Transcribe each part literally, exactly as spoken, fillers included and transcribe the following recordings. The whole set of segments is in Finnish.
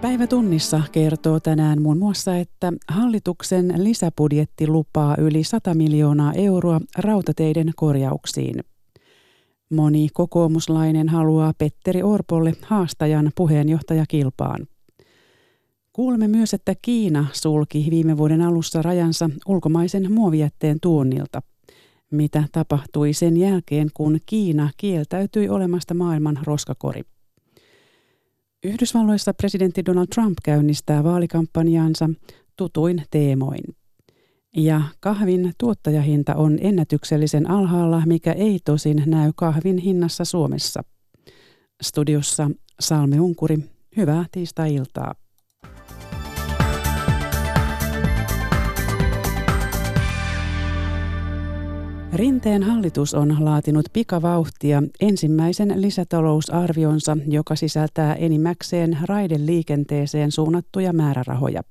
Päivä tunnissa kertoo tänään muun muassa, että hallituksen lisäbudjetti lupaa yli sata miljoonaa euroa rautateiden korjauksiin. Moni kokoomuslainen haluaa Petteri Orpolle haastajan puheenjohtajakilpaan. Kuulemme myös, että Kiina sulki viime vuoden alussa rajansa ulkomaisen muovijätteen tuonnilta. Mitä tapahtui sen jälkeen, kun Kiina kieltäytyi olemasta maailman roskakori? Yhdysvalloissa presidentti Donald Trump käynnistää vaalikampanjaansa tutuin teemoin. Ja kahvin tuottajahinta on ennätyksellisen alhaalla, mikä ei tosin näy kahvin hinnassa Suomessa. Studiossa Salme Unkuri, hyvää tiistai-iltaa. Rinteen hallitus on laatinut pikavauhtia ensimmäisen lisätalousarvionsa, joka sisältää enimmäkseen raideliikenteeseen suunnattuja määrärahoja.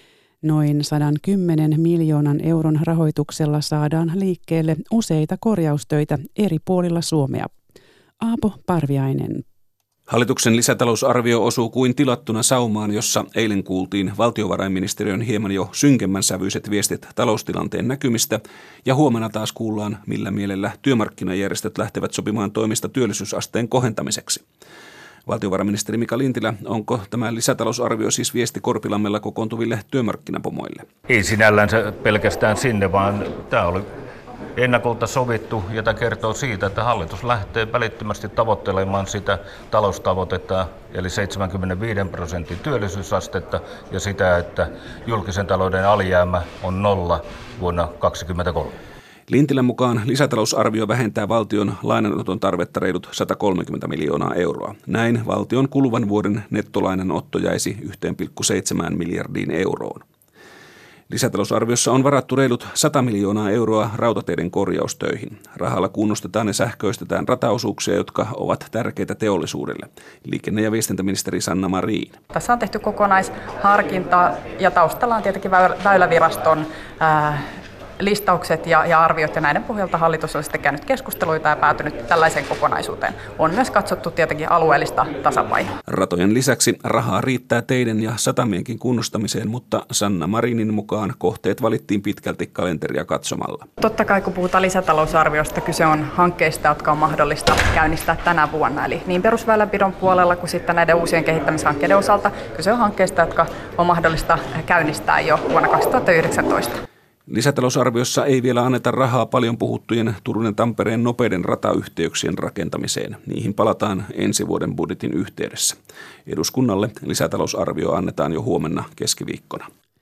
Noin sata kymmenen miljoonan euron rahoituksella saadaan liikkeelle useita korjaustöitä eri puolilla Suomea. Aapo Parviainen. Hallituksen lisätalousarvio osuu kuin tilattuna saumaan, jossa eilen kuultiin valtiovarainministeriön hieman jo synkemmän sävyiset viestit taloustilanteen näkymistä, ja huomenna taas kuullaan, millä mielellä työmarkkinajärjestöt lähtevät sopimaan toimista työllisyysasteen kohentamiseksi. Valtiovarainministeri Mika Lintilä, onko tämä lisätalousarvio siis viesti Korpilammella kokoontuville työmarkkinapomoille? Ei sinällään se pelkästään sinne, vaan tämä oli ennakolta sovittu, jota kertoo siitä, että hallitus lähtee välittömästi tavoittelemaan sitä taloustavoitetta, eli seitsemänkymmentäviisi prosentin työllisyysastetta ja sitä, että julkisen talouden alijäämä on nolla vuonna kaksituhattakaksikymmentäkolme. Lintilän mukaan lisätalousarvio vähentää valtion lainanoton tarvetta reilut sata kolmekymmentä miljoonaa euroa. Näin valtion kuluvan vuoden nettolainanotto jäisi yksi pilkku seitsemän miljardiin euroon. Lisätalousarviossa on varattu reilut sata miljoonaa euroa rautateiden korjaustöihin. Rahalla kunnostetaan ja sähköistetään rataosuuksia, jotka ovat tärkeitä teollisuudelle. Liikenne- ja viestintäministeri Sanna Marin. Tässä on tehty kokonaisharkinta ja taustalla on tietenkin Väyläviraston ää, listaukset ja, ja arviot, ja näiden pohjalta hallitus on sitten käynyt keskusteluita ja päätynyt tällaiseen kokonaisuuteen. On myös katsottu tietenkin alueellista tasapainoa. Ratojen lisäksi rahaa riittää teiden ja satamienkin kunnostamiseen, mutta Sanna Marinin mukaan kohteet valittiin pitkälti kalenteria katsomalla. Totta kai kun puhutaan lisätalousarviosta, kyse on hankkeista, jotka on mahdollista käynnistää tänä vuonna. Eli niin perusväylänpidon puolella kuin sitten näiden uusien kehittämishankkeiden osalta kyse on hankkeista, jotka on mahdollista käynnistää jo vuonna kaksituhattayhdeksäntoista. Lisätalousarviossa ei vielä anneta rahaa paljon puhuttujen Turun ja Tampereen nopeiden ratayhteyksien rakentamiseen. Niihin palataan ensi vuoden budjetin yhteydessä. Eduskunnalle lisätalousarvio annetaan jo huomenna keskiviikkona.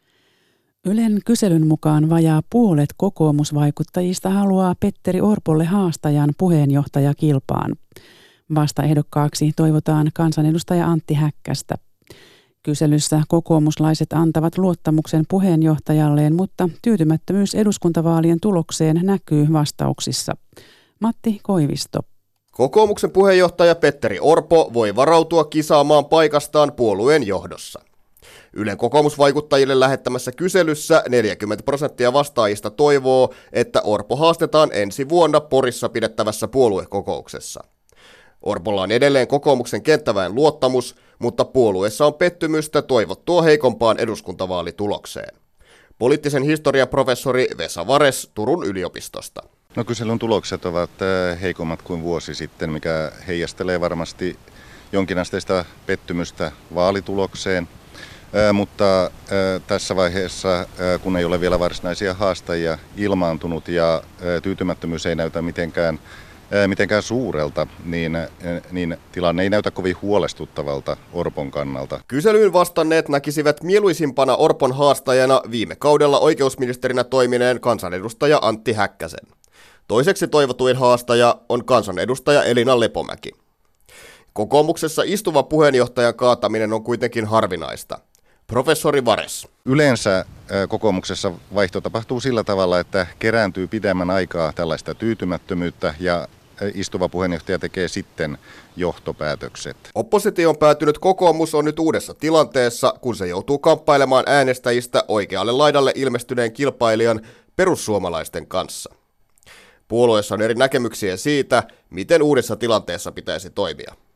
Ylen kyselyn mukaan vajaa puolet kokoomusvaikuttajista haluaa Petteri Orpolle haastajan puheenjohtajakilpaan. Vastaehdokkaaksi toivotaan kansanedustaja Antti Häkkästä. Kyselyssä kokoomuslaiset antavat luottamuksen puheenjohtajalleen, mutta tyytymättömyys eduskuntavaalien tulokseen näkyy vastauksissa. Matti Koivisto. Kokoomuksen puheenjohtaja Petteri Orpo voi varautua kisaamaan paikastaan puolueen johdossa. Ylen kokoomusvaikuttajille lähettämässä kyselyssä neljäkymmentä prosenttia vastaajista toivoo, että Orpo haastetaan ensi vuonna Porissa pidettävässä puoluekokouksessa. Orpolla on edelleen kokoomuksen kenttäväen luottamus, mutta puolueessa on pettymystä toivottua heikompaan eduskuntavaalitulokseen. Poliittisen historian professori Vesa Vares Turun yliopistosta. No, kyselyn tulokset ovat heikommat kuin vuosi sitten, mikä heijastelee varmasti jonkinasteista pettymystä vaalitulokseen. Ää, mutta ää, tässä vaiheessa, ää, kun ei ole vielä varsinaisia haastajia ilmaantunut ja ää, tyytymättömyys ei näytä mitenkään mitenkään suurelta, niin, niin tilanne ei näytä kovin huolestuttavalta Orpon kannalta. Kyselyyn vastanneet näkisivät mieluisimpana Orpon haastajana viime kaudella oikeusministerinä toimineen kansanedustaja Antti Häkkäsen. Toiseksi toivotuin haastaja on kansanedustaja Elina Lepomäki. Kokoomuksessa istuva puheenjohtajan kaataminen on kuitenkin harvinaista. Professori Vares. Yleensä kokoomuksessa vaihto tapahtuu sillä tavalla, että kerääntyy pidemmän aikaa tällaista tyytymättömyyttä ja istuva puheenjohtaja tekee sitten johtopäätökset. Oppositioon päätynyt kokoomus on nyt uudessa tilanteessa, kun se joutuu kamppailemaan äänestäjistä oikealle laidalle ilmestyneen kilpailijan perussuomalaisten kanssa. Puolueessa on eri näkemyksiä siitä, miten uudessa tilanteessa pitäisi toimia.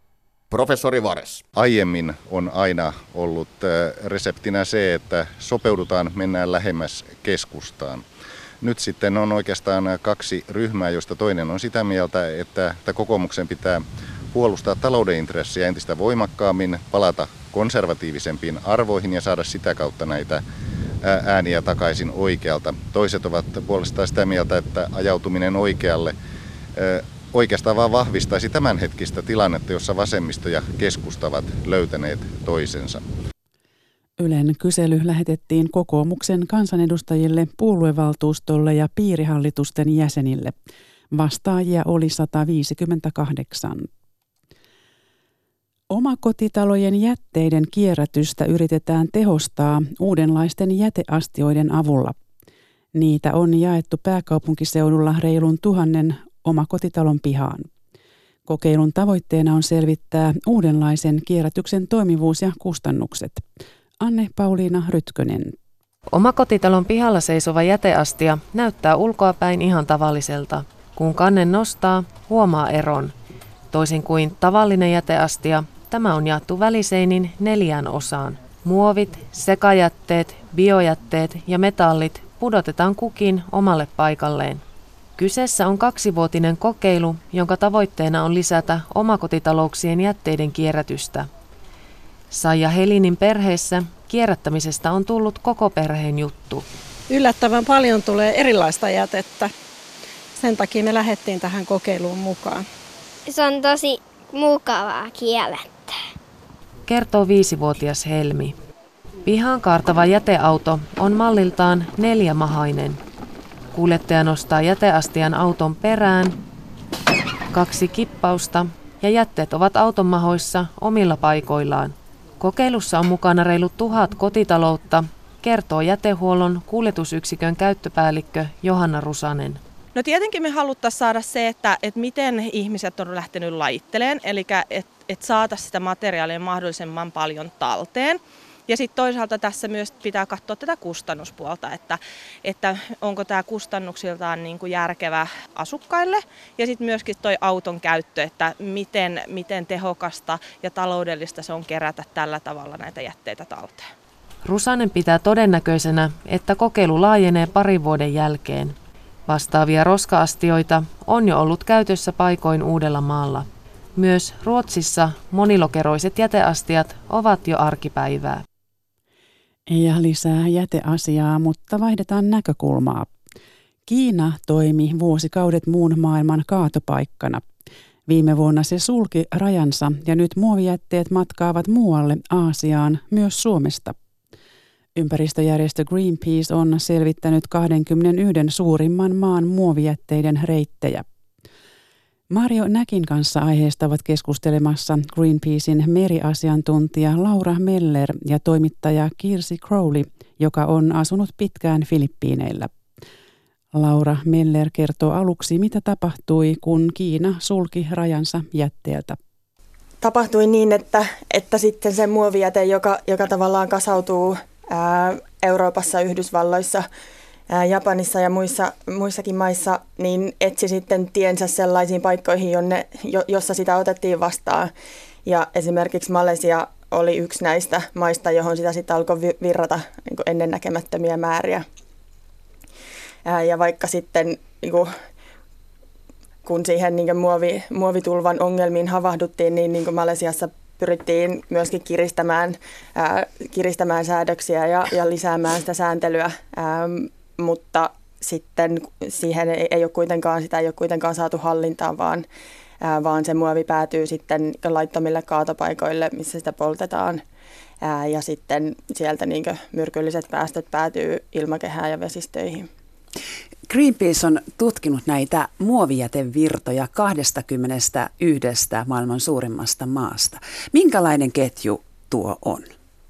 Professori Vares. Aiemmin on aina ollut reseptinä se, että sopeudutaan, mennään lähemmäs keskustaan. Nyt sitten on oikeastaan kaksi ryhmää, joista toinen on sitä mieltä, että, että kokoomuksen pitää puolustaa talouden intressiä entistä voimakkaammin, palata konservatiivisempiin arvoihin ja saada sitä kautta näitä ääniä takaisin oikealta. Toiset ovat puolestaan sitä mieltä, että ajautuminen oikealle oikeastaan vaan vahvistaisi tämänhetkistä tilannetta, jossa vasemmisto ja keskusta ovat löytäneet toisensa. Ylen kysely lähetettiin kokoomuksen kansanedustajille, puoluevaltuustolle ja piirihallitusten jäsenille. Vastaajia oli sata viisikymmentäkahdeksan. Omakotitalojen jätteiden kierrätystä yritetään tehostaa uudenlaisten jäteastioiden avulla. Niitä on jaettu pääkaupunkiseudulla reilun tuhannen omakotitalon pihaan. Kokeilun tavoitteena on selvittää uudenlaisen kierrätyksen toimivuus ja kustannukset. Anne-Pauliina Rytkönen. Omakotitalon pihalla seisova jäteastia näyttää ulkoapäin ihan tavalliselta. Kun kannen nostaa, huomaa eron. Toisin kuin tavallinen jäteastia, tämä on jaettu väliseinin neljään osaan. Muovit, sekajätteet, biojätteet ja metallit pudotetaan kukin omalle paikalleen. Kyseessä on kaksivuotinen kokeilu, jonka tavoitteena on lisätä omakotitalouksien jätteiden kierrätystä. Saija Helinin perheessä kierrättämisestä on tullut koko perheen juttu. Yllättävän paljon tulee erilaista jätettä. Sen takia me lähdettiin tähän kokeiluun mukaan. Se on tosi mukavaa kierrättää, kertoo viisivuotias Helmi. Pihaan kaartava jäteauto on malliltaan neljämahainen. Kuljettaja nostaa jäteastian auton perään, kaksi kippausta ja jätteet ovat auton mahoissa omilla paikoillaan. Kokeilussa on mukana reilut tuhat kotitaloutta, kertoo jätehuollon kuljetusyksikön käyttöpäällikkö Johanna Rusanen. No tietenkin me haluttaisiin saada se, että, että miten ihmiset on lähtenyt lajitteleen, eli että et saataisiin sitä materiaalia mahdollisimman paljon talteen. Ja sitten toisaalta tässä myös pitää katsoa tätä kustannuspuolta, että, että onko tämä kustannuksiltaan niin kuin järkevä asukkaille. Ja sitten myöskin tuo auton käyttö, että miten, miten tehokasta ja taloudellista se on kerätä tällä tavalla näitä jätteitä talteen. Rusanen pitää todennäköisenä, että kokeilu laajenee parin vuoden jälkeen. Vastaavia roska-astioita on jo ollut käytössä paikoin Uudellamaalla. Myös Ruotsissa monilokeroiset jäteastiat ovat jo arkipäivää. Ja lisää jäteasiaa, mutta vaihdetaan näkökulmaa. Kiina toimi vuosikaudet muun maailman kaatopaikkana. Viime vuonna se sulki rajansa ja nyt muovijätteet matkaavat muualle Aasiaan, myös Suomesta. Ympäristöjärjestö Greenpeace on selvittänyt kaksikymmentäyksi suurimman maan muovijätteiden reittejä. Marjo Näkin kanssa aiheesta ovat keskustelemassa Greenpeacein meriasiantuntija Laura Meller ja toimittaja Kirsi Crowley, joka on asunut pitkään Filippiineillä. Laura Meller kertoo aluksi, mitä tapahtui, kun Kiina sulki rajansa jätteeltä. Tapahtui niin, että, että sitten se muovijäte, joka, joka tavallaan kasautuu ää, Euroopassa, Yhdysvalloissa, Japanissa ja muissa, muissakin maissa, niin etsi sitten tiensä sellaisiin paikkoihin, jonne, jo, jossa sitä otettiin vastaan. Ja esimerkiksi Malesia oli yksi näistä maista, johon sitä sitten alkoi virrata niin kuin ennennäkemättömiä määriä. Ää, ja vaikka sitten, niin kuin, kun siihen niin kuin muovi, muovitulvan ongelmiin havahduttiin, niin, niin kuin Malesiassa pyrittiin myöskin kiristämään, ää, kiristämään säädöksiä ja, ja lisäämään sitä sääntelyä. Ää, mutta sitten siihen ei, ei ole kuitenkaan, sitä ei ole kuitenkaan saatu hallintaan, vaan, ää, vaan se muovi päätyy sitten laittomille kaatopaikoille, missä sitä poltetaan. Ää, ja sitten sieltä niin kuin myrkylliset päästöt päätyy ilmakehään ja vesistöihin. Greenpeace on tutkinut näitä muovijätevirtoja kaksikymmentäyksi maailman suurimmasta maasta. Minkälainen ketju tuo on?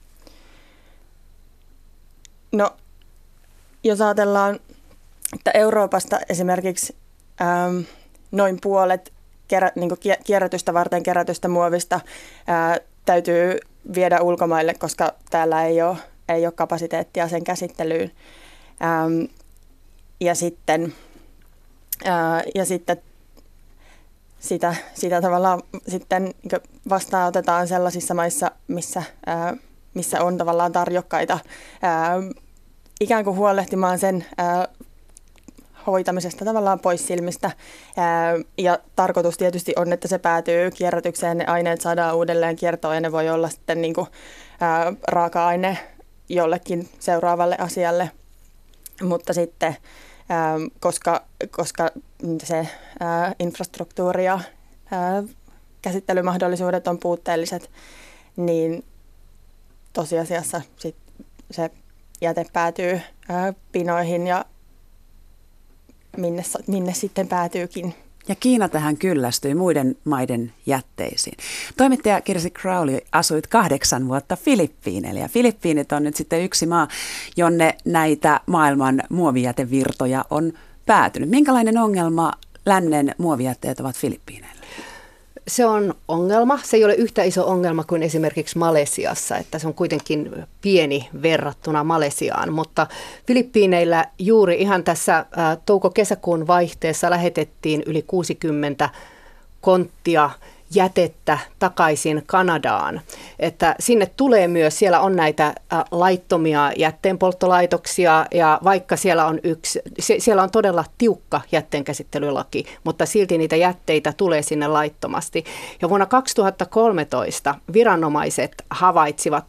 No, jos ajatellaan, että Euroopasta esimerkiksi ähm, noin puolet kerä, niin kuin kierrätystä varten kerätystä muovista ää, täytyy viedä ulkomaille, koska täällä ei ole, ei ole kapasiteettia sen käsittelyyn. Ähm, ja sitten, ää, ja sitten sitä, sitä tavallaan sitten niin vastaanotetaan sellaisissa maissa, missä, ää, missä on tavallaan tarjokkaita ää, ikään kuin huolehtimaan sen ää, hoitamisesta tavallaan pois silmistä. Ää, ja tarkoitus tietysti on, että se päätyy kierrätykseen, ne aineet saadaan uudelleen kiertoon ja ne voi olla sitten niin kuin, ää, raaka-aine jollekin seuraavalle asialle. Mutta sitten, ää, koska, koska se ää, infrastruktuuri ja ää, käsittelymahdollisuudet on puutteelliset, niin tosiasiassa sit se jäte päätyy ää, pinoihin ja minne, minne sitten päätyykin. Ja Kiina tähän kyllästyi muiden maiden jätteisiin. Toimittaja Kirsi Crowley, asuit kahdeksan vuotta Filippiineillä. Ja Filippiinit on nyt sitten yksi maa, jonne näitä maailman muovijätevirtoja on päätynyt. Minkälainen ongelma lännen muovijätteet ovat Filippiineillä? Se on ongelma. Se ei ole yhtä iso ongelma kuin esimerkiksi Malesiassa, että se on kuitenkin pieni verrattuna Malesiaan. Mutta Filippiineillä juuri ihan tässä touko-kesäkuun vaihteessa lähetettiin yli kuusikymmentä konttia jätettä takaisin Kanadaan. Että sinne tulee myös, siellä on näitä laittomia jätteenpolttolaitoksia ja vaikka siellä on yksi, siellä on todella tiukka jätteenkäsittelylaki, mutta silti niitä jätteitä tulee sinne laittomasti. Ja vuonna kaksituhattakolmetoista viranomaiset havaitsivat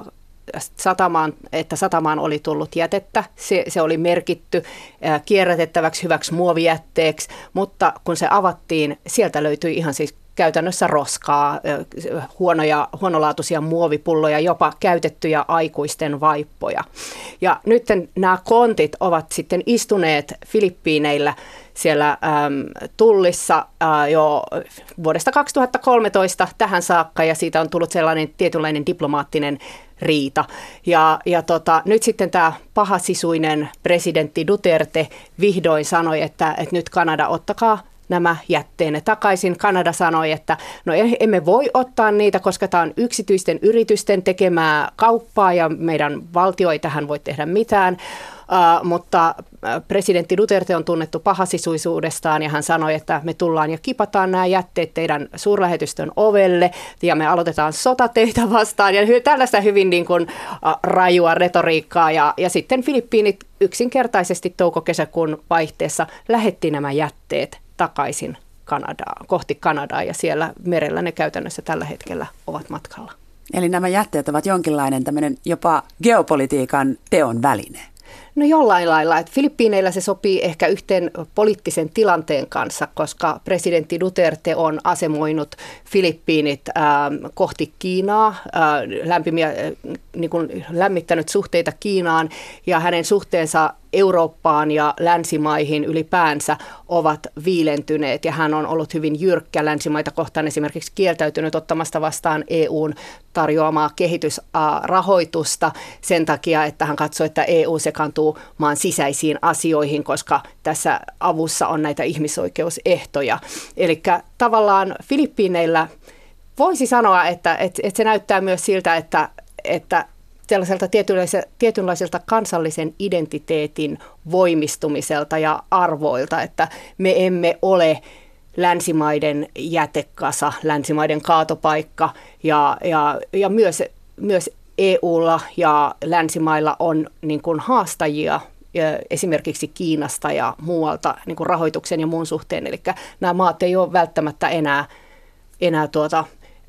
satamaan, että satamaan oli tullut jätettä. Se, se oli merkitty ää, kierrätettäväksi hyväksi muovijätteeksi, mutta kun se avattiin, sieltä löytyi ihan siis käytännössä roskaa, huonoja, huonolaatuisia muovipulloja, jopa käytettyjä aikuisten vaippoja. Ja nyt nämä kontit ovat sitten istuneet Filippiineillä siellä äm, tullissa ä, jo vuodesta kaksituhattakolmetoista tähän saakka, ja siitä on tullut sellainen tietynlainen diplomaattinen riita. Ja, ja tota, nyt sitten tämä pahasisuinen presidentti Duterte vihdoin sanoi, että, että nyt Kanada, ottakaa nämä jätteenne takaisin. Kanada sanoi, että no emme voi ottaa niitä, koska tämä on yksityisten yritysten tekemää kauppaa ja meidän valtio ei tähän voi tehdä mitään. Uh, mutta presidentti Duterte on tunnettu pahasisuisuudestaan ja hän sanoi, että me tullaan ja kipataan nämä jätteet teidän suurlähetystön ovelle ja me aloitetaan sota teitä vastaan. Ja tällaista hyvin niin kuin, uh, rajua retoriikkaa ja, ja sitten Filippiinit yksinkertaisesti touko-kesäkuun vaihteessa lähetti nämä jätteet takaisin Kanadaan, kohti Kanadaa ja siellä merellä ne käytännössä tällä hetkellä ovat matkalla. Eli nämä jätteet ovat jonkinlainen tämmöinen jopa geopolitiikan teon väline. No jollain lailla, että Filippiineillä se sopii ehkä yhteen poliittisen tilanteen kanssa, koska presidentti Duterte on asemoinut Filippiinit äh, kohti Kiinaa, äh, lämpimiä, äh, niin kuin lämmittänyt suhteita Kiinaan ja hänen suhteensa Eurooppaan ja länsimaihin ylipäänsä ovat viilentyneet ja hän on ollut hyvin jyrkkä länsimaita kohtaan, esimerkiksi kieltäytynyt ottamasta vastaan E U:n tarjoamaa kehitysrahoitusta sen takia, että hän katsoo, että E U sekaantuu maan sisäisiin asioihin, koska tässä avussa on näitä ihmisoikeusehtoja. Eli tavallaan Filippiineillä voisi sanoa, että, että, että se näyttää myös siltä, että, että sellaiselta tietynlaiselta, tietynlaiselta kansallisen identiteetin voimistumiselta ja arvoilta, että me emme ole länsimaiden jätekasa, länsimaiden kaatopaikka ja, ja, ja myös, myös E U:lla ja länsimailla on niin kuin haastajia esimerkiksi Kiinasta ja muualta niin kuin rahoituksen ja muun suhteen, eli nämä maat ei ole välttämättä enää, enää tuota,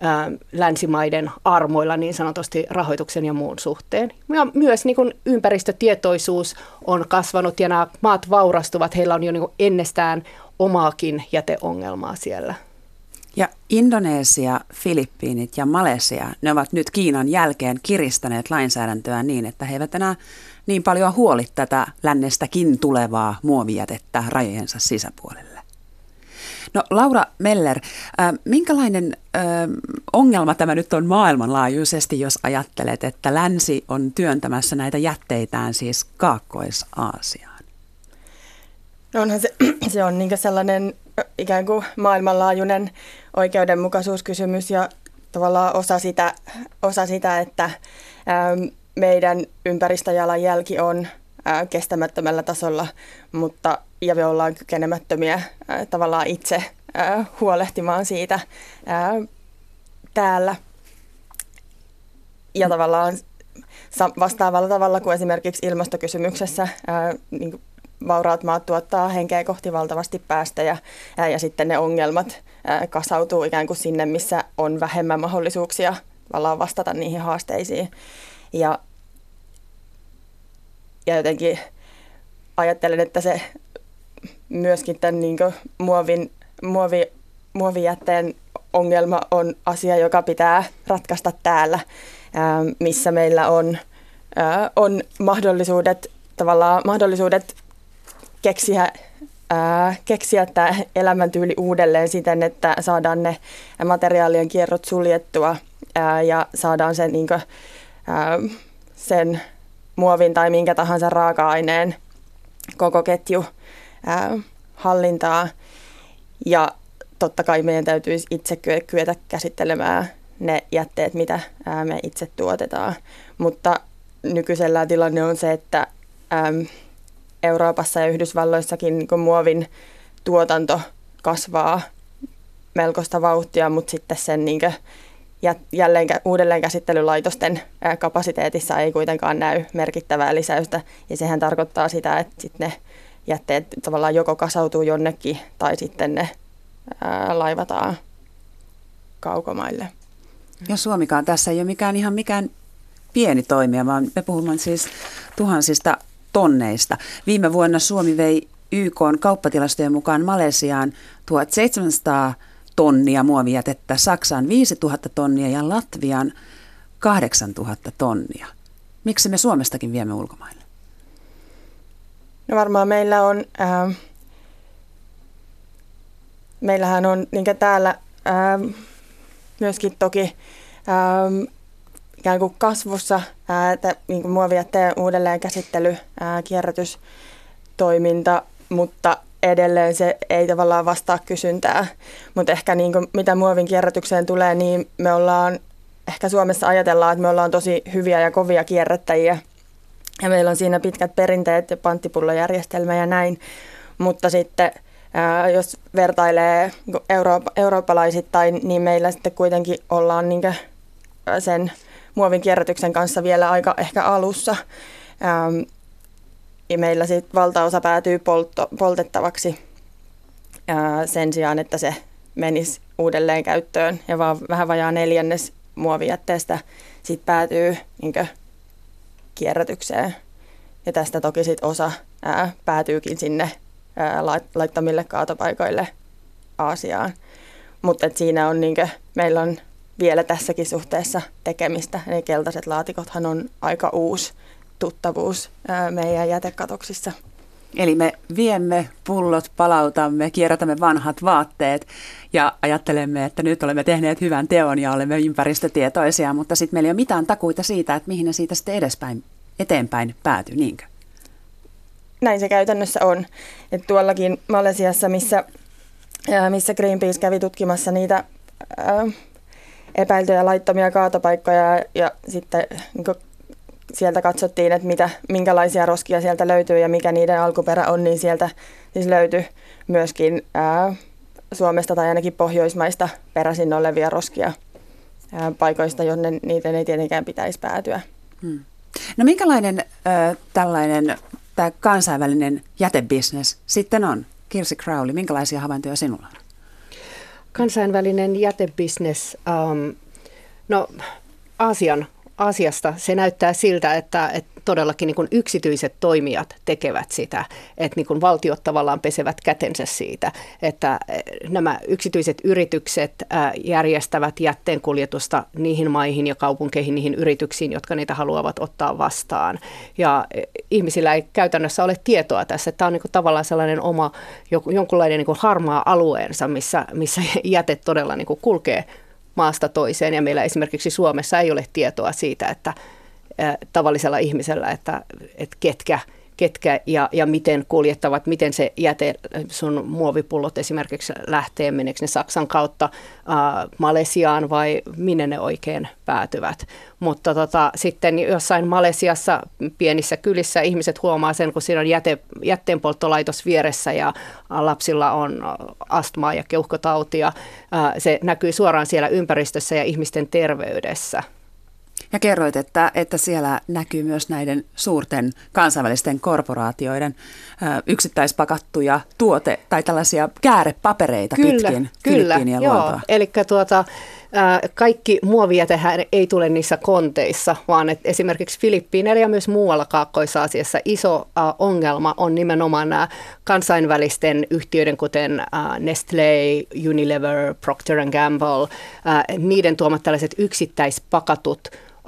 länsimaiden armoilla niin sanotusti rahoituksen ja muun suhteen. Ja myös niin kuin ympäristötietoisuus on kasvanut ja nämä maat vaurastuvat. Heillä on jo niin kuin ennestään omaakin jäteongelmaa siellä. Ja Indonesia, Filippiinit ja Malesia, ne ovat nyt Kiinan jälkeen kiristäneet lainsäädäntöä niin, että he eivät enää niin paljon huoli tätä lännestäkin tulevaa muovijätettä rajojensa sisäpuolelle. No Laura Meller, äh, minkälainen äh, ongelma tämä nyt on maailmanlaajuisesti, jos ajattelet, että länsi on työntämässä näitä jätteitään siis Kaakkois-Aasiaan? No onhan se, se on niin sellainen ikään kuin maailmanlaajuinen oikeudenmukaisuuskysymys ja tavallaan osa sitä, osa sitä että ähm, meidän ympäristöjalanjälki on äh, kestämättömällä tasolla, mutta ja me ollaan kykenemättömiä äh, tavallaan itse ää, huolehtimaan siitä ää, täällä. Ja tavallaan vastaavalla tavalla kuin esimerkiksi ilmastokysymyksessä ää, niin kuin vauraat maat tuottaa henkeä kohti valtavasti päästöjä ää, ja sitten ne ongelmat ää, kasautuu ikään kuin sinne, missä on vähemmän mahdollisuuksia tavallaan vastata niihin haasteisiin. Ja, ja jotenkin ajattelen, että se myöskin tämän niin kuin muovin, muovi, muovijätteen ongelma on asia, joka pitää ratkaista täällä, ää, missä meillä on, ää, on mahdollisuudet, tavallaan mahdollisuudet keksiä, ää, keksiä tämä elämäntyyli uudelleen siten, että saadaan ne materiaalien kierrot suljettua ää, ja saadaan sen, niin kuin, ää, sen muovin tai minkä tahansa raaka-aineen koko ketju ää, hallintaa. Ja totta kai meidän täytyisi itse kyetä käsittelemään ne jätteet, mitä ää, me itse tuotetaan. Mutta nykyisellä tilanne on se, että äm, Euroopassa ja Yhdysvalloissakin niin kuin muovin tuotanto kasvaa melkoista vauhtia, mutta sitten sen niin kuin jälleen uudelleenkäsittelylaitosten kapasiteetissa ei kuitenkaan näy merkittävää lisäystä. Ja sehän tarkoittaa sitä, että sitten ne jätteet tavallaan joko kasautuu jonnekin tai sitten ne ää, laivataan kaukomaille. Ja Suomikaan tässä ei ole mikään ihan mikään pieni toimija, vaan me puhumme siis tuhansista tonneista. Viime vuonna Suomi vei Y K:n kauppatilastojen mukaan Malesiaan tuhatseitsemänsataa tonnia muovijätettä, Saksaan viisituhatta tonnia ja Latviaan kahdeksantuhatta tonnia. Miksi me Suomestakin viemme ulkomaille? No varmaan meillä on, ää, meillähän on niin kuin täällä ää, myöskin toki ää, ikään kuin kasvussa ää, että, niin kuin muovijätteen uudelleen käsittely, ää, kierrätystoiminta, mutta edelleen se ei tavallaan vastaa kysyntää. Mutta ehkä niin kuin, mitä muovin kierrätykseen tulee, niin me ollaan, ehkä Suomessa ajatellaan, että me ollaan tosi hyviä ja kovia kierrättäjiä. Ja meillä on siinä pitkät perinteet ja panttipullojärjestelmä ja näin. Mutta sitten ää, jos vertailee eurooppa, eurooppalaisittain, niin meillä sitten kuitenkin ollaan niin kuin sen muovin kierrätyksen kanssa vielä aika ehkä alussa. Ähm, ja meillä sitten valtaosa päätyy poltto, poltettavaksi ää, sen sijaan, että se menisi uudelleen käyttöön. Ja vaan vähän vajaa neljännes muovijätteestä sit päätyy niinkö kierrätykseen. Ja tästä toki sit osa ää, päätyykin sinne ää, laittomille kaatopaikoille Aasiaan. Mutta siinä on niinkö, meillä on vielä tässäkin suhteessa tekemistä. Ne keltaiset laatikothan on aika uusi tuttavuus ää, meidän jätekatoksissa. Eli me viemme pullot, palautamme, kierrätämme vanhat vaatteet ja ajattelemme, että nyt olemme tehneet hyvän teon ja olemme ympäristötietoisia, mutta sitten meillä ei ole mitään takuita siitä, että mihin ne siitä sitten edespäin, eteenpäin päätyy, niinkö? Näin se käytännössä on. Et tuollakin Malesiassa, missä, ää, missä Greenpeace kävi tutkimassa niitä ää, epäiltyjä laittomia kaatopaikkoja ja, ja sitten niin kuin sieltä katsottiin, että mitä, minkälaisia roskia sieltä löytyy ja mikä niiden alkuperä on, niin sieltä siis löytyi myöskin ää, Suomesta tai ainakin Pohjoismaista peräisin olevia roskia ää, paikoista, jonne niiden ei tietenkään pitäisi päätyä. Hmm. No minkälainen äh, tällainen tämä kansainvälinen jätebisnes sitten on? Kirsi Crowley, minkälaisia havaintoja sinulla on? Kansainvälinen jätebisnes, um, no Aasian Asiasta se näyttää siltä, että, että todellakin niin kuin yksityiset toimijat tekevät sitä, että niin kuin valtiot tavallaan pesevät kätensä siitä, että nämä yksityiset yritykset järjestävät jätteenkuljetusta niihin maihin ja kaupunkeihin, niihin yrityksiin, jotka niitä haluavat ottaa vastaan. Ja ihmisillä ei käytännössä ole tietoa tässä. Tämä on niin kuin tavallaan sellainen oma jonkunlainen niin kuin harmaa alueensa, missä, missä jäte todella niin kuin kulkee maasta toiseen, ja meillä esimerkiksi Suomessa ei ole tietoa siitä, että ä, tavallisella ihmisellä, että, että ketkä, ketkä ja, ja miten kuljettavat, miten se jäte, sun muovipullot esimerkiksi lähtee, meneekö ne Saksan kautta ää, Malesiaan vai minne ne oikein päätyvät. Mutta tota, sitten jossain Malesiassa pienissä kylissä ihmiset huomaa sen, kun siinä on jäte, jätteenpolttolaitos vieressä ja lapsilla on astmaa ja keuhkotautia. Ää, se näkyy suoraan siellä ympäristössä ja ihmisten terveydessä. Ja kerroit, että, että siellä näkyy myös näiden suurten kansainvälisten korporaatioiden ö, yksittäispakattuja tuote- tai tällaisia käärepapereita kyllä, pitkin kyllä, Filippiinien joo. luontoa. Eli tuota, kaikki muovijätehän ei tule niissä konteissa, vaan että esimerkiksi Filippiineillä ja myös muualla Kaakkois-Aasiassa iso ongelma on nimenomaan nämä kansainvälisten yhtiöiden, kuten Nestlé, Unilever, Procter and Gamble, niiden tuomat tällaiset yksittäispakatut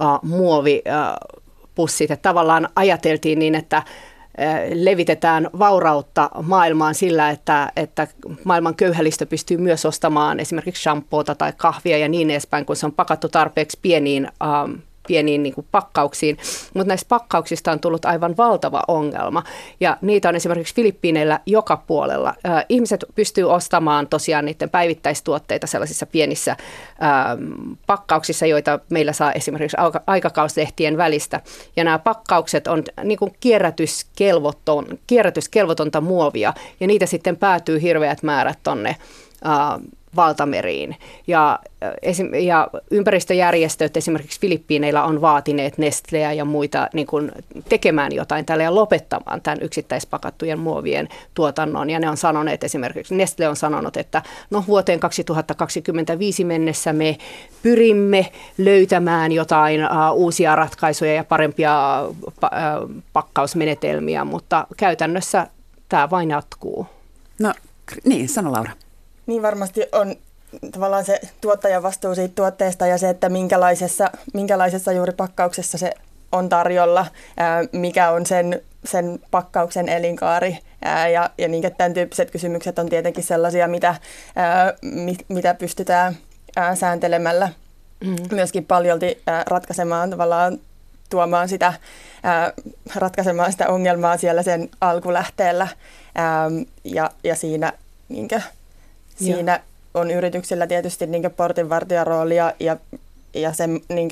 muovipussit. Että tavallaan ajateltiin niin, että levitetään vaurautta maailmaan sillä, että, että maailman köyhälistö pystyy myös ostamaan esimerkiksi shampoota tai kahvia ja niin edespäin, kun se on pakattu tarpeeksi pieniin, ähm, pieniin niin kuin pakkauksiin. Mutta näistä pakkauksista on tullut aivan valtava ongelma. Ja niitä on esimerkiksi Filippiineillä joka puolella. Äh, ihmiset pystyy ostamaan tosiaan niiden päivittäistuotteita sellaisissa pienissä ähm, pakkauksissa, joita meillä saa esimerkiksi aikakauslehtien välistä. Ja nämä pakkaukset on niin kuin kierrätyskelvoton, kierrätyskelvotonta muovia, ja niitä sitten päätyy hirveät määrät tonne äh, valtameriin. Ja, ja ympäristöjärjestöt esimerkiksi Filippiineillä on vaatineet Nestleä ja muita niin kuin tekemään jotain tällä ja lopettamaan tämän yksittäispakattujen muovien tuotannon. Ja ne on sanoneet esimerkiksi, Nestle on sanonut, että no vuoteen kaksituhattakaksikymmentäviisi mennessä me pyrimme löytämään jotain uh, uusia ratkaisuja ja parempia uh, pakkausmenetelmiä, mutta käytännössä tämä vain jatkuu. No niin, sano Laura. Niin varmasti on tavallaan se tuottajan vastuu siitä tuotteesta ja se, että minkälaisessa, minkälaisessa juuri pakkauksessa se on tarjolla, ää, mikä on sen, sen pakkauksen elinkaari. Ää, ja ja niin, tämän tyyppiset kysymykset on tietenkin sellaisia, mitä, ää, mit, mitä pystytään ää, sääntelemällä mm. myöskin paljolti ää, ratkaisemaan tavallaan tuomaan sitä, ää, ratkaisemaan sitä ongelmaa siellä sen alkulähteellä ää, ja, ja siinä niinkö, Siinä Joo. on yrityksillä tietysti niin portinvartijan roolia ja, ja se niin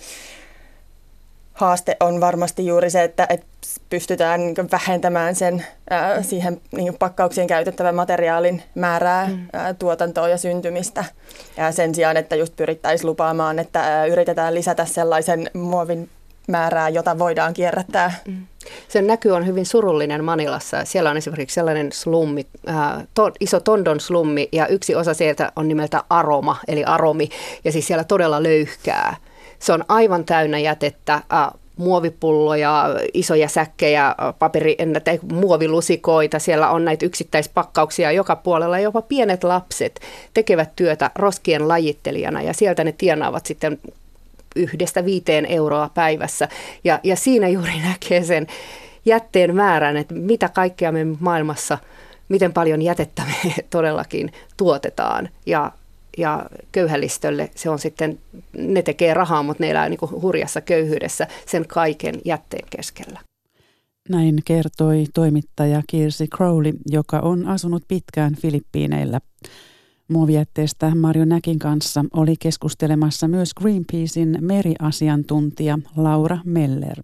haaste on varmasti juuri se, että, että pystytään niin vähentämään sen ää, siihen niin pakkauksien käytettävän materiaalin määrää, mm. ää, tuotantoa ja syntymistä. Ja sen sijaan, että just pyrittäisiin lupaamaan, että ää, yritetään lisätä sellaisen muovin määrää, jota voidaan kierrättää. Mm. Sen näky on hyvin surullinen Manilassa. Siellä on esimerkiksi sellainen slummi, äh, to, iso Tondon slummi, ja yksi osa sieltä on nimeltä Aroma, eli aromi, ja siis siellä todella löyhkää. Se on aivan täynnä jätettä, äh, muovipulloja, isoja säkkejä, paperi, tai muovilusikoita. Siellä on näitä yksittäispakkauksia joka puolella. Jopa pienet lapset tekevät työtä roskien lajittelijana, ja sieltä ne tienaavat sitten yhdestä viiteen euroa päivässä. Ja, ja siinä juuri näkee sen jätteen määrän, että mitä kaikkea me maailmassa, miten paljon jätettä me todellakin tuotetaan. Ja, ja köyhälistölle se on sitten, ne tekee rahaa, mutta ne elää niin kuin hurjassa köyhyydessä sen kaiken jätteen keskellä. Näin kertoi toimittaja Kirsi Crowley, joka on asunut pitkään Filippiineillä. Muovijätteestä Marjo Näkin kanssa oli keskustelemassa myös Greenpeacein meriasiantuntija Laura Meller.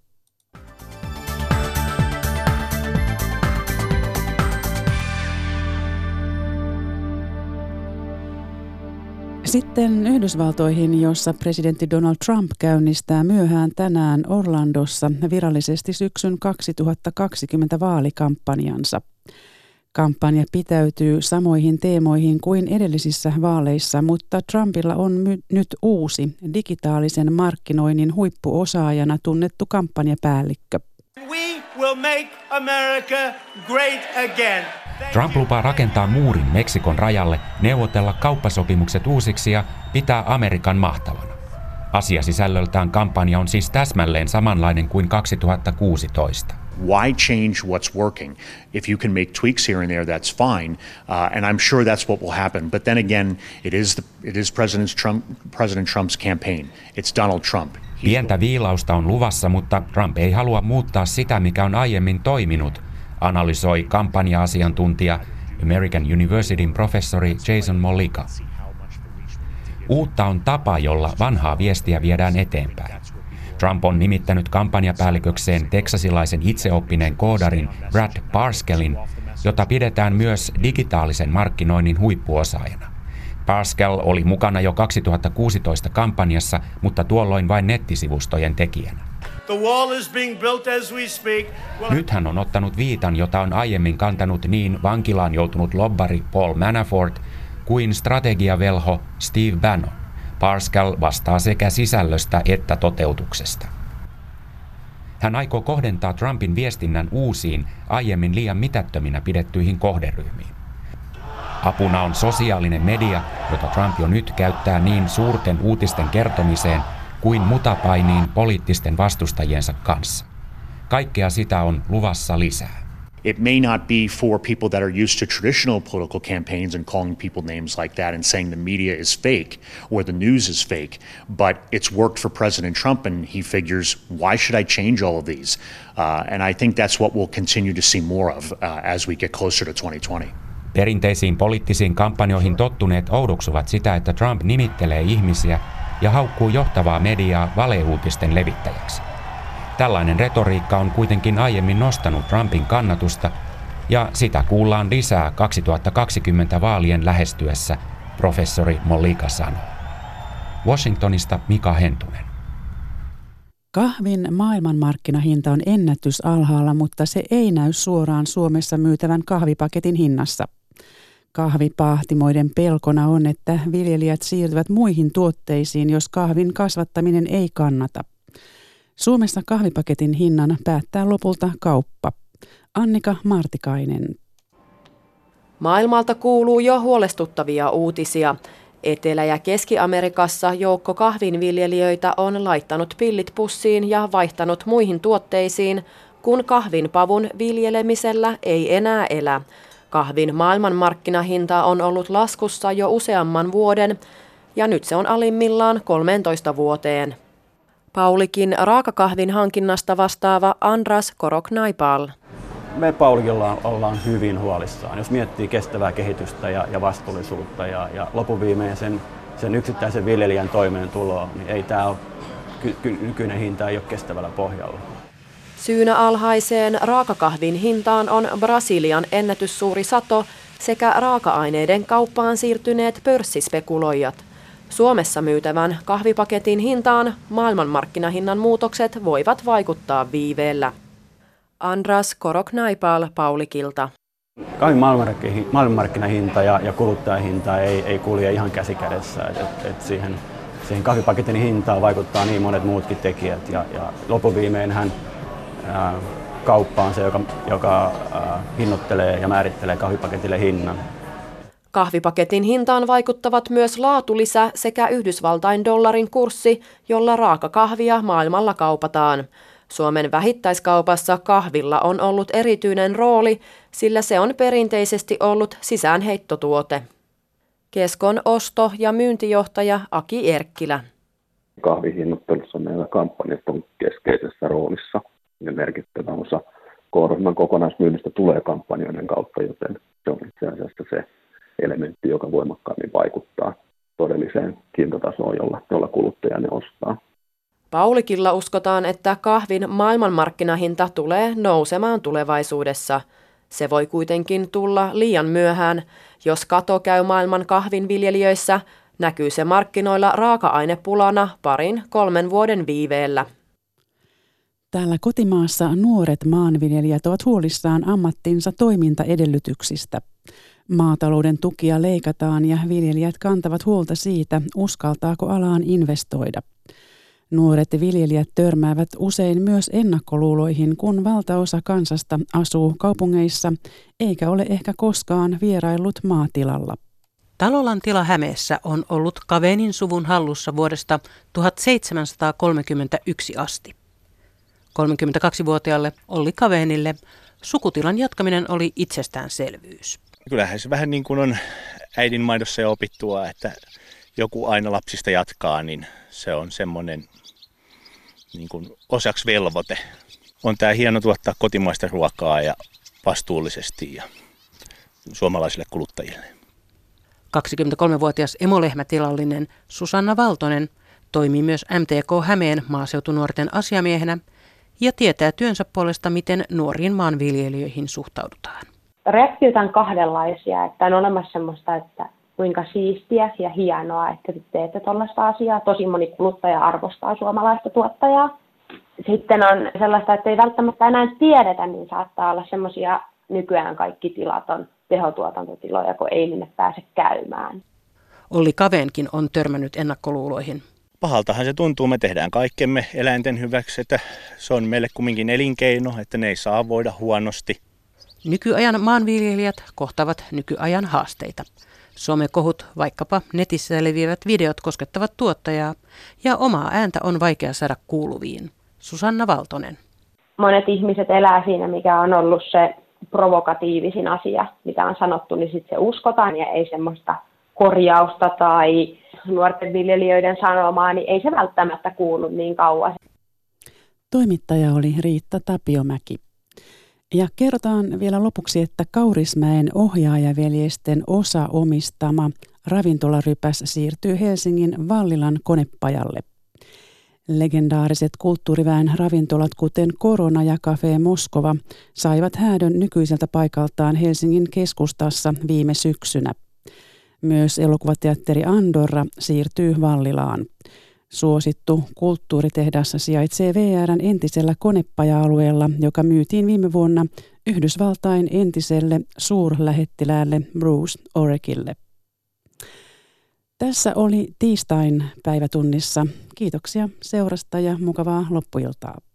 Sitten Yhdysvaltoihin, jossa presidentti Donald Trump käynnistää myöhään tänään Orlandossa virallisesti syksyn kaksituhattakaksikymmentä vaalikampanjansa. Kampanja pitäytyy samoihin teemoihin kuin edellisissä vaaleissa, mutta Trumpilla on my- nyt uusi digitaalisen markkinoinnin huippuosaajana tunnettu kampanjapäällikkö. We will make America great again. Trump lupaa rakentaa muurin Meksikon rajalle, neuvotella kauppasopimukset uusiksi ja pitää Amerikan mahtavana. Asiasisällöltään kampanja on siis täsmälleen samanlainen kuin kaksituhattakuusitoista. Why change what's working? If you can make tweaks here and there, that's fine, uh, and I'm sure that's what will happen. But then again, it is the, it is President Trump, President Trump's campaign. It's Donald Trump. Pientä viilausta on luvassa, mutta Trump ei halua muuttaa sitä, mikä on aiemmin toiminut, analysoi kampanja-asiantuntija American Universityn professori Jason Mollica. Uutta on tapa, jolla vanhaa viestiä viedään eteenpäin. Trump on nimittänyt kampanjapäällikökseen teksasilaisen itseoppineen koodarin Brad Parscalin, jota pidetään myös digitaalisen markkinoinnin huippuosaajana. Parscale oli mukana jo kaksituhattakuusitoista kampanjassa, mutta tuolloin vain nettisivustojen tekijänä. Nyt hän on ottanut viitan, jota on aiemmin kantanut niin vankilaan joutunut lobbari Paul Manafort kuin strategiavelho Steve Bannon. Parscale vastaa sekä sisällöstä että toteutuksesta. Hän aikoo kohdentaa Trumpin viestinnän uusiin, aiemmin liian mitättöminä pidettyihin kohderyhmiin. Apuna on sosiaalinen media, jota Trump jo nyt käyttää niin suurten uutisten kertomiseen kuin mutapainiin poliittisten vastustajiensa kanssa. Kaikkea sitä on luvassa lisää. It may not be for people that are used to traditional political campaigns and calling people names like that and saying the media is fake or the news is fake, but it's worked for President Trump and he figures, why should I change all of these? Uh, and I think that's what we'll continue to see more of uh, as we get closer to twenty twenty. Perinteisiin poliittisiin kampanjoihin tottuneet oudoksuvat sitä, että Trump nimittelee ihmisiä ja haukkuu johtavaa mediaa valeuutisten levittäjäksi. Tällainen retoriikka on kuitenkin aiemmin nostanut Trumpin kannatusta, ja sitä kuullaan lisää kaksituhattakaksikymmentä vaalien lähestyessä, professori Mollica sanoo. Washingtonista Mika Hentunen. Kahvin maailmanmarkkinahinta on ennätysalhaalla, mutta se ei näy suoraan Suomessa myytävän kahvipaketin hinnassa. Kahvipahtimoiden pelkona on, että viljelijät siirtyvät muihin tuotteisiin, jos kahvin kasvattaminen ei kannata. Suomessa kahvipaketin hinnan päättää lopulta kauppa. Annika Martikainen. Maailmalta kuuluu jo huolestuttavia uutisia. Etelä- ja Keski-Amerikassa joukko kahvinviljelijöitä on laittanut pillit pussiin ja vaihtanut muihin tuotteisiin, kun kahvinpavun viljelemisellä ei enää elä. Kahvin maailmanmarkkinahinta on ollut laskussa jo useamman vuoden ja nyt se on alimmillaan kolmeentoista vuoteen. Paulikin raakakahvin hankinnasta vastaava Andras Koroknaipal. Me Paulikilla ollaan hyvin huolissaan, jos miettii kestävää kehitystä ja, ja vastuullisuutta ja, ja lopuviimein sen, sen yksittäisen viljelijän toimeentuloa, niin ei tämä ole, ky, ky, nykyinen hinta ei ole kestävällä pohjalla. Syynä alhaiseen raakakahvin hintaan on Brasilian ennätyssuuri sato sekä raaka-aineiden kauppaan siirtyneet pörssispekuloijat. Suomessa myytävän kahvipaketin hintaan maailmanmarkkinahinnan muutokset voivat vaikuttaa viiveellä. Andras Koroknaipal Paulikilta. Kahvin maailmanmarkkinahinta ja, ja kuluttajahinta ei, ei kulje ihan käsikädessä. Et, et, et siihen, siihen kahvipaketin hintaan vaikuttaa niin monet muutkin tekijät. Ja, ja lopuviimeinhän ää, kauppa on se, joka, joka ää, hinnoittelee ja määrittelee kahvipaketille hinnan. Kahvipaketin hintaan vaikuttavat myös laatulisä sekä Yhdysvaltain dollarin kurssi, jolla raakakahvia maailmalla kaupataan. Suomen vähittäiskaupassa kahvilla on ollut erityinen rooli, sillä se on perinteisesti ollut sisäänheittotuote. Keskon osto- ja myyntijohtaja Aki Erkkilä. Kahvihinnoittelussa meillä kampanjat on keskeisessä roolissa ja merkittävä osa K-ryhmän kokonaismyynnistä tulee kampanjoiden kautta, joten se on itse asiassa se elementti, joka voimakkaammin vaikuttaa todelliseen hintatasoon, jolla, jolla kuluttaja ne ostaa. Paulikilla uskotaan, että kahvin maailmanmarkkinahinta tulee nousemaan tulevaisuudessa. Se voi kuitenkin tulla liian myöhään. Jos kato käy maailman kahvinviljelijöissä, näkyy se markkinoilla raaka-ainepulana parin kolmen vuoden viiveellä. Täällä kotimaassa nuoret maanviljelijät ovat huolissaan ammattinsa toimintaedellytyksistä. Maatalouden tukia leikataan ja viljelijät kantavat huolta siitä, uskaltaako alaan investoida. Nuoret viljelijät törmäävät usein myös ennakkoluuloihin, kun valtaosa kansasta asuu kaupungeissa eikä ole ehkä koskaan vieraillut maatilalla. Talolan tila Hämeessä on ollut Kavenin suvun hallussa vuodesta tuhatseitsemänsataakolmekymmentäyksi asti. kolmekymmentäkaksivuotiaalle Olli Kavenille sukutilan jatkaminen oli itsestäänselvyys. Kyllähän se vähän niin kuin on äidin maidossa jo opittua, että joku aina lapsista jatkaa, niin se on semmoinen niin kuin osaksi velvoite. On tää hieno tuottaa kotimaista ruokaa ja vastuullisesti ja suomalaisille kuluttajille. kaksikymmentäkolmevuotias emolehmätilallinen Susanna Valtonen toimii myös M T K Hämeen maaseutunuorten asiamiehenä ja tietää työnsä puolesta, miten nuoriin maanviljelijöihin suhtaudutaan. Reaktioita on kahdenlaisia, että on olemassa semmoista, että kuinka siistiä ja hienoa, että te teette tuollaista asiaa. Tosi moni kuluttaja arvostaa suomalaista tuottajaa. Sitten on sellaista, että ei välttämättä enää tiedetä, niin saattaa olla semmoisia, nykyään kaikki tilat on tehotuotantotiloja, kun ei minne pääse käymään. Olli Kavenkin on törmännyt ennakkoluuloihin. Pahaltahan se tuntuu, me tehdään kaikkemme eläinten hyväksi, että se on meille kumminkin elinkeino, että ne ei saa voida huonosti. Nykyajan maanviljelijät kohtavat nykyajan haasteita. Somekohut, vaikkapa netissä leviävät videot koskettavat tuottajaa ja omaa ääntä on vaikea saada kuuluviin. Susanna Valtonen. Monet ihmiset elää siinä, mikä on ollut se provokatiivisin asia, mitä on sanottu, niin sitten se uskotaan ja ei semmoista korjausta tai nuorten viljelijöiden sanomaa, niin ei se välttämättä kuulu niin kauan. Toimittaja oli Riitta Tapiomäki. Ja kerrotaan vielä lopuksi, että Kaurismäen ohjaajaveljesten osa omistama ravintolarypäs siirtyy Helsingin Vallilan konepajalle. Legendaariset kulttuuriväen ravintolat, kuten Korona ja Cafe Moskova, saivat häädön nykyiseltä paikaltaan Helsingin keskustassa viime syksynä. Myös elokuvateatteri Andorra siirtyy Vallilaan. Suosittu kulttuuritehdas sijaitsee V R:n entisellä konepaja-alueella, joka myytiin viime vuonna Yhdysvaltain entiselle suurlähettiläälle Bruce Oreckille. Tässä oli tiistain päivätunnissa. Kiitoksia seurasta ja mukavaa loppuiltaa.